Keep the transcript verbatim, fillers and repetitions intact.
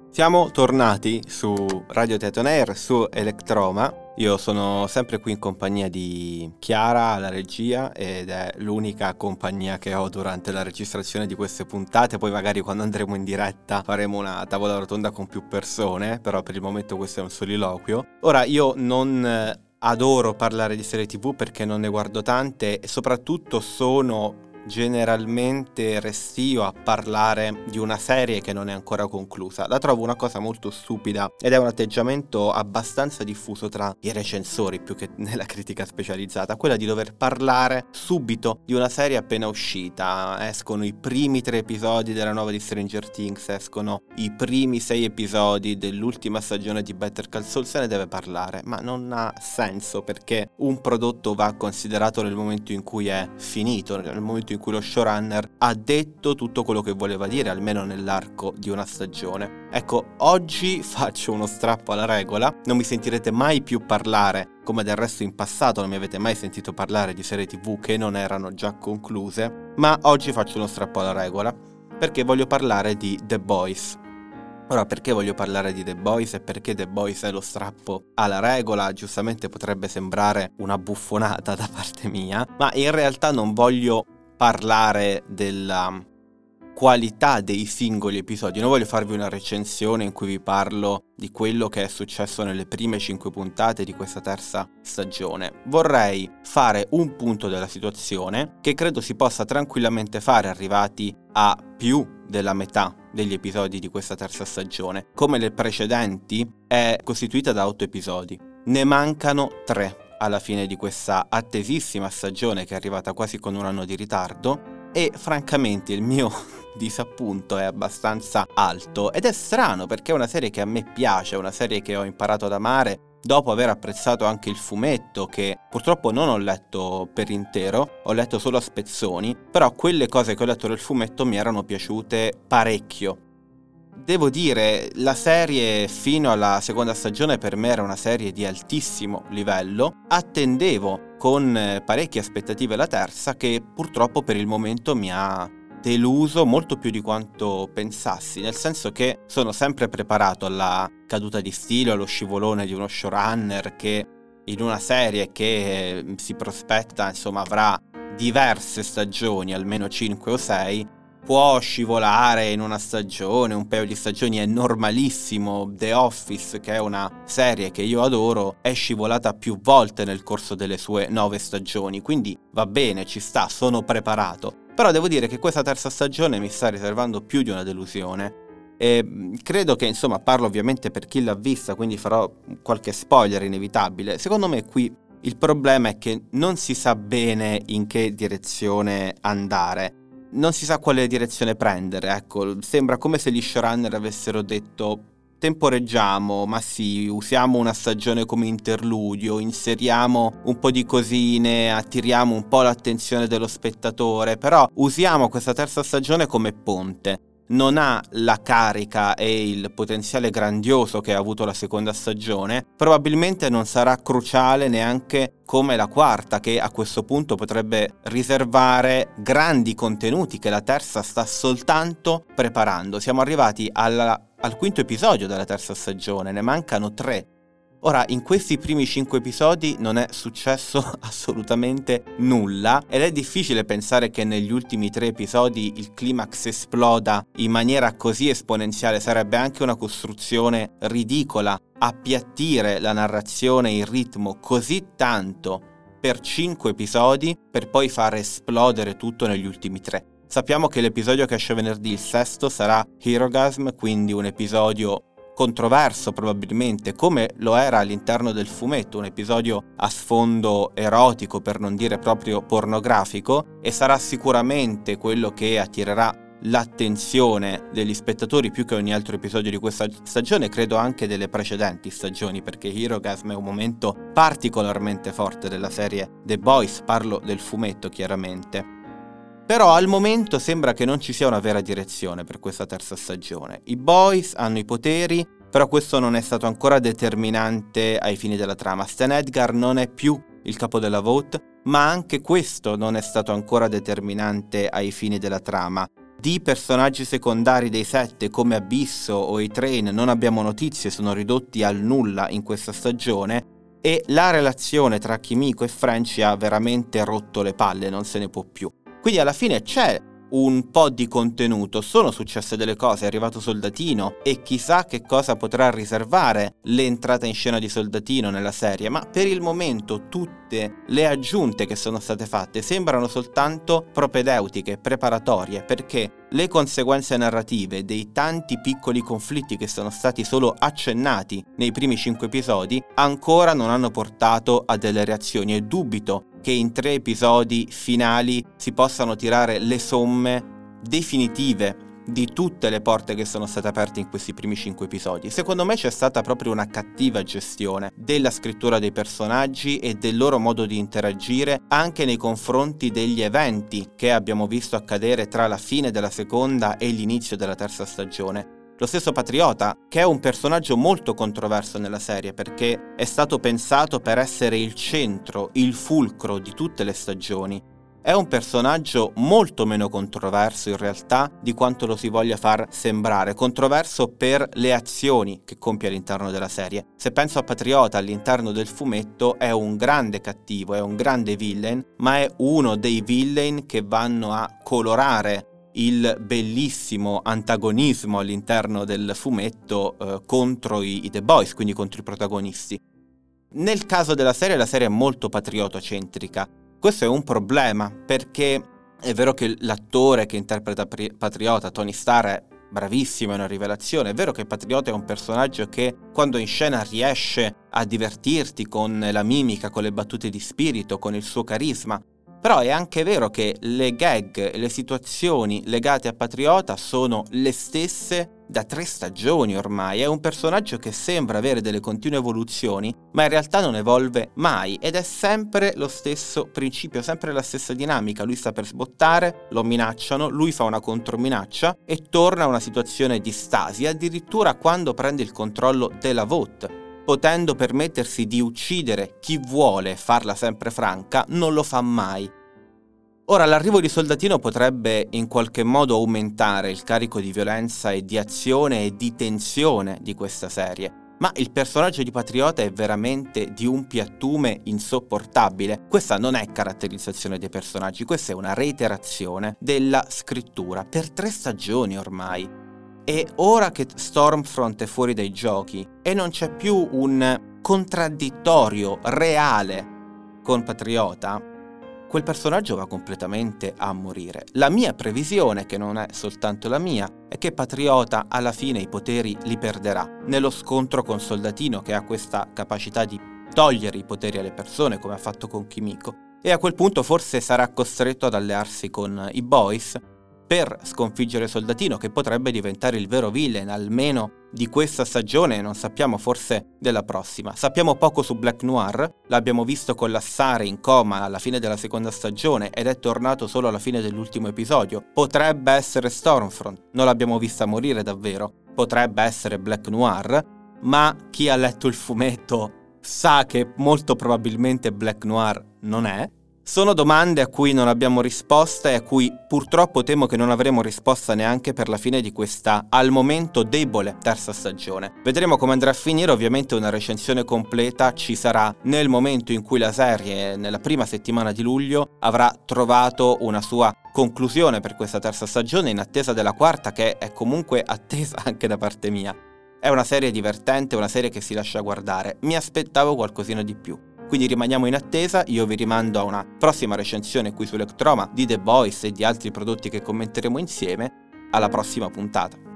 Siamo tornati su Radio Teton Air, su Electroma. Io sono sempre qui in compagnia di Chiara alla regia ed è l'unica compagnia che ho durante la registrazione di queste puntate. Poi magari quando andremo in diretta faremo una tavola rotonda con più persone, però per il momento questo è un soliloquio. Ora, io non adoro parlare di serie tivù perché non ne guardo tante e soprattutto sono generalmente restio a parlare di una serie che non è ancora conclusa. La trovo una cosa molto stupida ed è un atteggiamento abbastanza diffuso tra i recensori più che nella critica specializzata, quella di dover parlare subito di una serie appena uscita. Escono i primi tre episodi della nuova di Stranger Things, escono i primi sei episodi dell'ultima stagione di Better Call Saul, se ne deve parlare, ma non ha senso perché un prodotto va considerato nel momento in cui è finito, nel momento in cui lo showrunner ha detto tutto quello che voleva dire, almeno nell'arco di una stagione. Ecco, oggi faccio uno strappo alla regola, non mi sentirete mai più parlare, come del resto in passato non mi avete mai sentito parlare di serie tivù che non erano già concluse, ma oggi faccio uno strappo alla regola, perché voglio parlare di The Boys. Ora, perché voglio parlare di The Boys e perché The Boys è lo strappo alla regola? Giustamente potrebbe sembrare una buffonata da parte mia, ma in realtà non voglio parlare della qualità dei singoli episodi, non voglio farvi una recensione in cui vi parlo di quello che è successo nelle prime cinque puntate di questa terza stagione. Vorrei fare un punto della situazione che credo si possa tranquillamente fare arrivati a più della metà degli episodi di questa terza stagione. Come le precedenti è costituita da otto episodi, ne mancano tre alla fine di questa attesissima stagione che è arrivata quasi con un anno di ritardo e francamente il mio disappunto è abbastanza alto ed è strano perché è una serie che a me piace, è una serie che ho imparato ad amare dopo aver apprezzato anche il fumetto che purtroppo non ho letto per intero, ho letto solo a spezzoni, però quelle cose che ho letto nel fumetto mi erano piaciute parecchio. Devo dire, la serie fino alla seconda stagione per me era una serie di altissimo livello. Attendevo con parecchie aspettative la terza, che purtroppo per il momento mi ha deluso molto più di quanto pensassi, nel senso che sono sempre preparato alla caduta di stile, allo scivolone di uno showrunner che in una serie che si prospetta, insomma, avrà diverse stagioni, almeno cinque o sei, può scivolare in una stagione, un paio di stagioni, è normalissimo. The Office, che è una serie che io adoro, è scivolata più volte nel corso delle sue nove stagioni, quindi va bene, ci sta, sono preparato. Però devo dire che questa terza stagione mi sta riservando più di una delusione e credo che, insomma, parlo ovviamente per chi l'ha vista, quindi farò qualche spoiler inevitabile. Secondo me qui il problema è che non si sa bene in che direzione andare. Non si sa quale direzione prendere, ecco, sembra come se gli showrunner avessero detto temporeggiamo, ma sì, usiamo una stagione come interludio, inseriamo un po' di cosine, attiriamo un po' l'attenzione dello spettatore, però usiamo questa terza stagione come ponte. Non ha la carica e il potenziale grandioso che ha avuto la seconda stagione, probabilmente non sarà cruciale neanche come la quarta, che a questo punto potrebbe riservare grandi contenuti che la terza sta soltanto preparando. Siamo arrivati alla, al quinto episodio della terza stagione, ne mancano tre. Ora, in questi primi cinque episodi non è successo assolutamente nulla ed è difficile pensare che negli ultimi tre episodi il climax esploda in maniera così esponenziale. Sarebbe anche una costruzione ridicola appiattire la narrazione e il ritmo così tanto per cinque episodi per poi far esplodere tutto negli ultimi tre. Sappiamo che l'episodio che esce venerdì, il sesto, sarà Herogasm, quindi un episodio controverso probabilmente, come lo era all'interno del fumetto, un episodio a sfondo erotico per non dire proprio pornografico, e sarà sicuramente quello che attirerà l'attenzione degli spettatori più che ogni altro episodio di questa stagione, credo anche delle precedenti stagioni, perché Herogasm è un momento particolarmente forte della serie The Boys, parlo del fumetto chiaramente. Però al momento sembra che non ci sia una vera direzione per questa terza stagione. I Boys hanno i poteri, però questo non è stato ancora determinante ai fini della trama. Stan Edgar non è più il capo della Vought, ma anche questo non è stato ancora determinante ai fini della trama. Di personaggi secondari dei sette come Abisso o A-Train non abbiamo notizie, sono ridotti al nulla in questa stagione e la relazione tra Kimiko e Frenchie ha veramente rotto le palle, non se ne può più. Quindi alla fine c'è un po' di contenuto, sono successe delle cose, è arrivato Soldatino e chissà che cosa potrà riservare l'entrata in scena di Soldatino nella serie, ma per il momento tutte le aggiunte che sono state fatte sembrano soltanto propedeutiche, preparatorie, perché le conseguenze narrative dei tanti piccoli conflitti che sono stati solo accennati nei primi cinque episodi ancora non hanno portato a delle reazioni e dubito che in tre episodi finali si possano tirare le somme definitive di tutte le porte che sono state aperte in questi primi cinque episodi. Secondo me c'è stata proprio una cattiva gestione della scrittura dei personaggi e del loro modo di interagire anche nei confronti degli eventi che abbiamo visto accadere tra la fine della seconda e l'inizio della terza stagione. Lo stesso Patriota, che è un personaggio molto controverso nella serie perché è stato pensato per essere il centro, il fulcro di tutte le stagioni, è un personaggio molto meno controverso in realtà di quanto lo si voglia far sembrare, controverso per le azioni che compie all'interno della serie. Se penso a Patriota all'interno del fumetto è un grande cattivo, è un grande villain, ma è uno dei villain che vanno a colorare il bellissimo antagonismo all'interno del fumetto eh, contro i, i The Boys, quindi contro i protagonisti. Nel caso della serie, la serie è molto patriotocentrica. Questo è un problema, perché è vero che l'attore che interpreta Pri- Patriota, Tony Starr, è bravissimo, è una rivelazione. È vero che Patriota è un personaggio che quando in scena riesce a divertirti con la mimica, con le battute di spirito, con il suo carisma. Però è anche vero che le gag, le situazioni legate a Patriota sono le stesse da tre stagioni ormai. È un personaggio che sembra avere delle continue evoluzioni, ma in realtà non evolve mai ed è sempre lo stesso principio, sempre la stessa dinamica. Lui sta per sbottare, lo minacciano, lui fa una controminaccia e torna a una situazione di stasi, addirittura quando prende il controllo della V O T. Potendo permettersi di uccidere chi vuole, farla sempre franca, non lo fa mai. Ora, l'arrivo di Soldatino potrebbe in qualche modo aumentare il carico di violenza e di azione e di tensione di questa serie, ma il personaggio di Patriota è veramente di un piattume insopportabile. Questa non è caratterizzazione dei personaggi, questa è una reiterazione della scrittura per tre stagioni ormai. E ora che Stormfront è fuori dai giochi e non c'è più un contraddittorio reale con Patriota, quel personaggio va completamente a morire. La mia previsione, che non è soltanto la mia, è che Patriota alla fine i poteri li perderà nello scontro con Soldatino, che ha questa capacità di togliere i poteri alle persone, come ha fatto con Kimiko, e a quel punto forse sarà costretto ad allearsi con i Boys per sconfiggere Soldatino, che potrebbe diventare il vero villain, almeno di questa stagione, e non sappiamo forse della prossima. Sappiamo poco su Black Noir, l'abbiamo visto collassare in coma alla fine della seconda stagione ed è tornato solo alla fine dell'ultimo episodio. Potrebbe essere Stormfront, non l'abbiamo vista morire davvero, potrebbe essere Black Noir, ma chi ha letto il fumetto sa che molto probabilmente Black Noir non è. Sono domande a cui non abbiamo risposta e a cui purtroppo temo che non avremo risposta neanche per la fine di questa, al momento, debole terza stagione. Vedremo come andrà a finire, ovviamente una recensione completa ci sarà nel momento in cui la serie, nella prima settimana di luglio, avrà trovato una sua conclusione per questa terza stagione, in attesa della quarta, che è comunque attesa anche da parte mia. È una serie divertente, una serie che si lascia guardare. Mi aspettavo qualcosina di più. Quindi rimaniamo in attesa, io vi rimando a una prossima recensione qui su Electroma di The Boys e di altri prodotti che commenteremo insieme. Alla prossima puntata.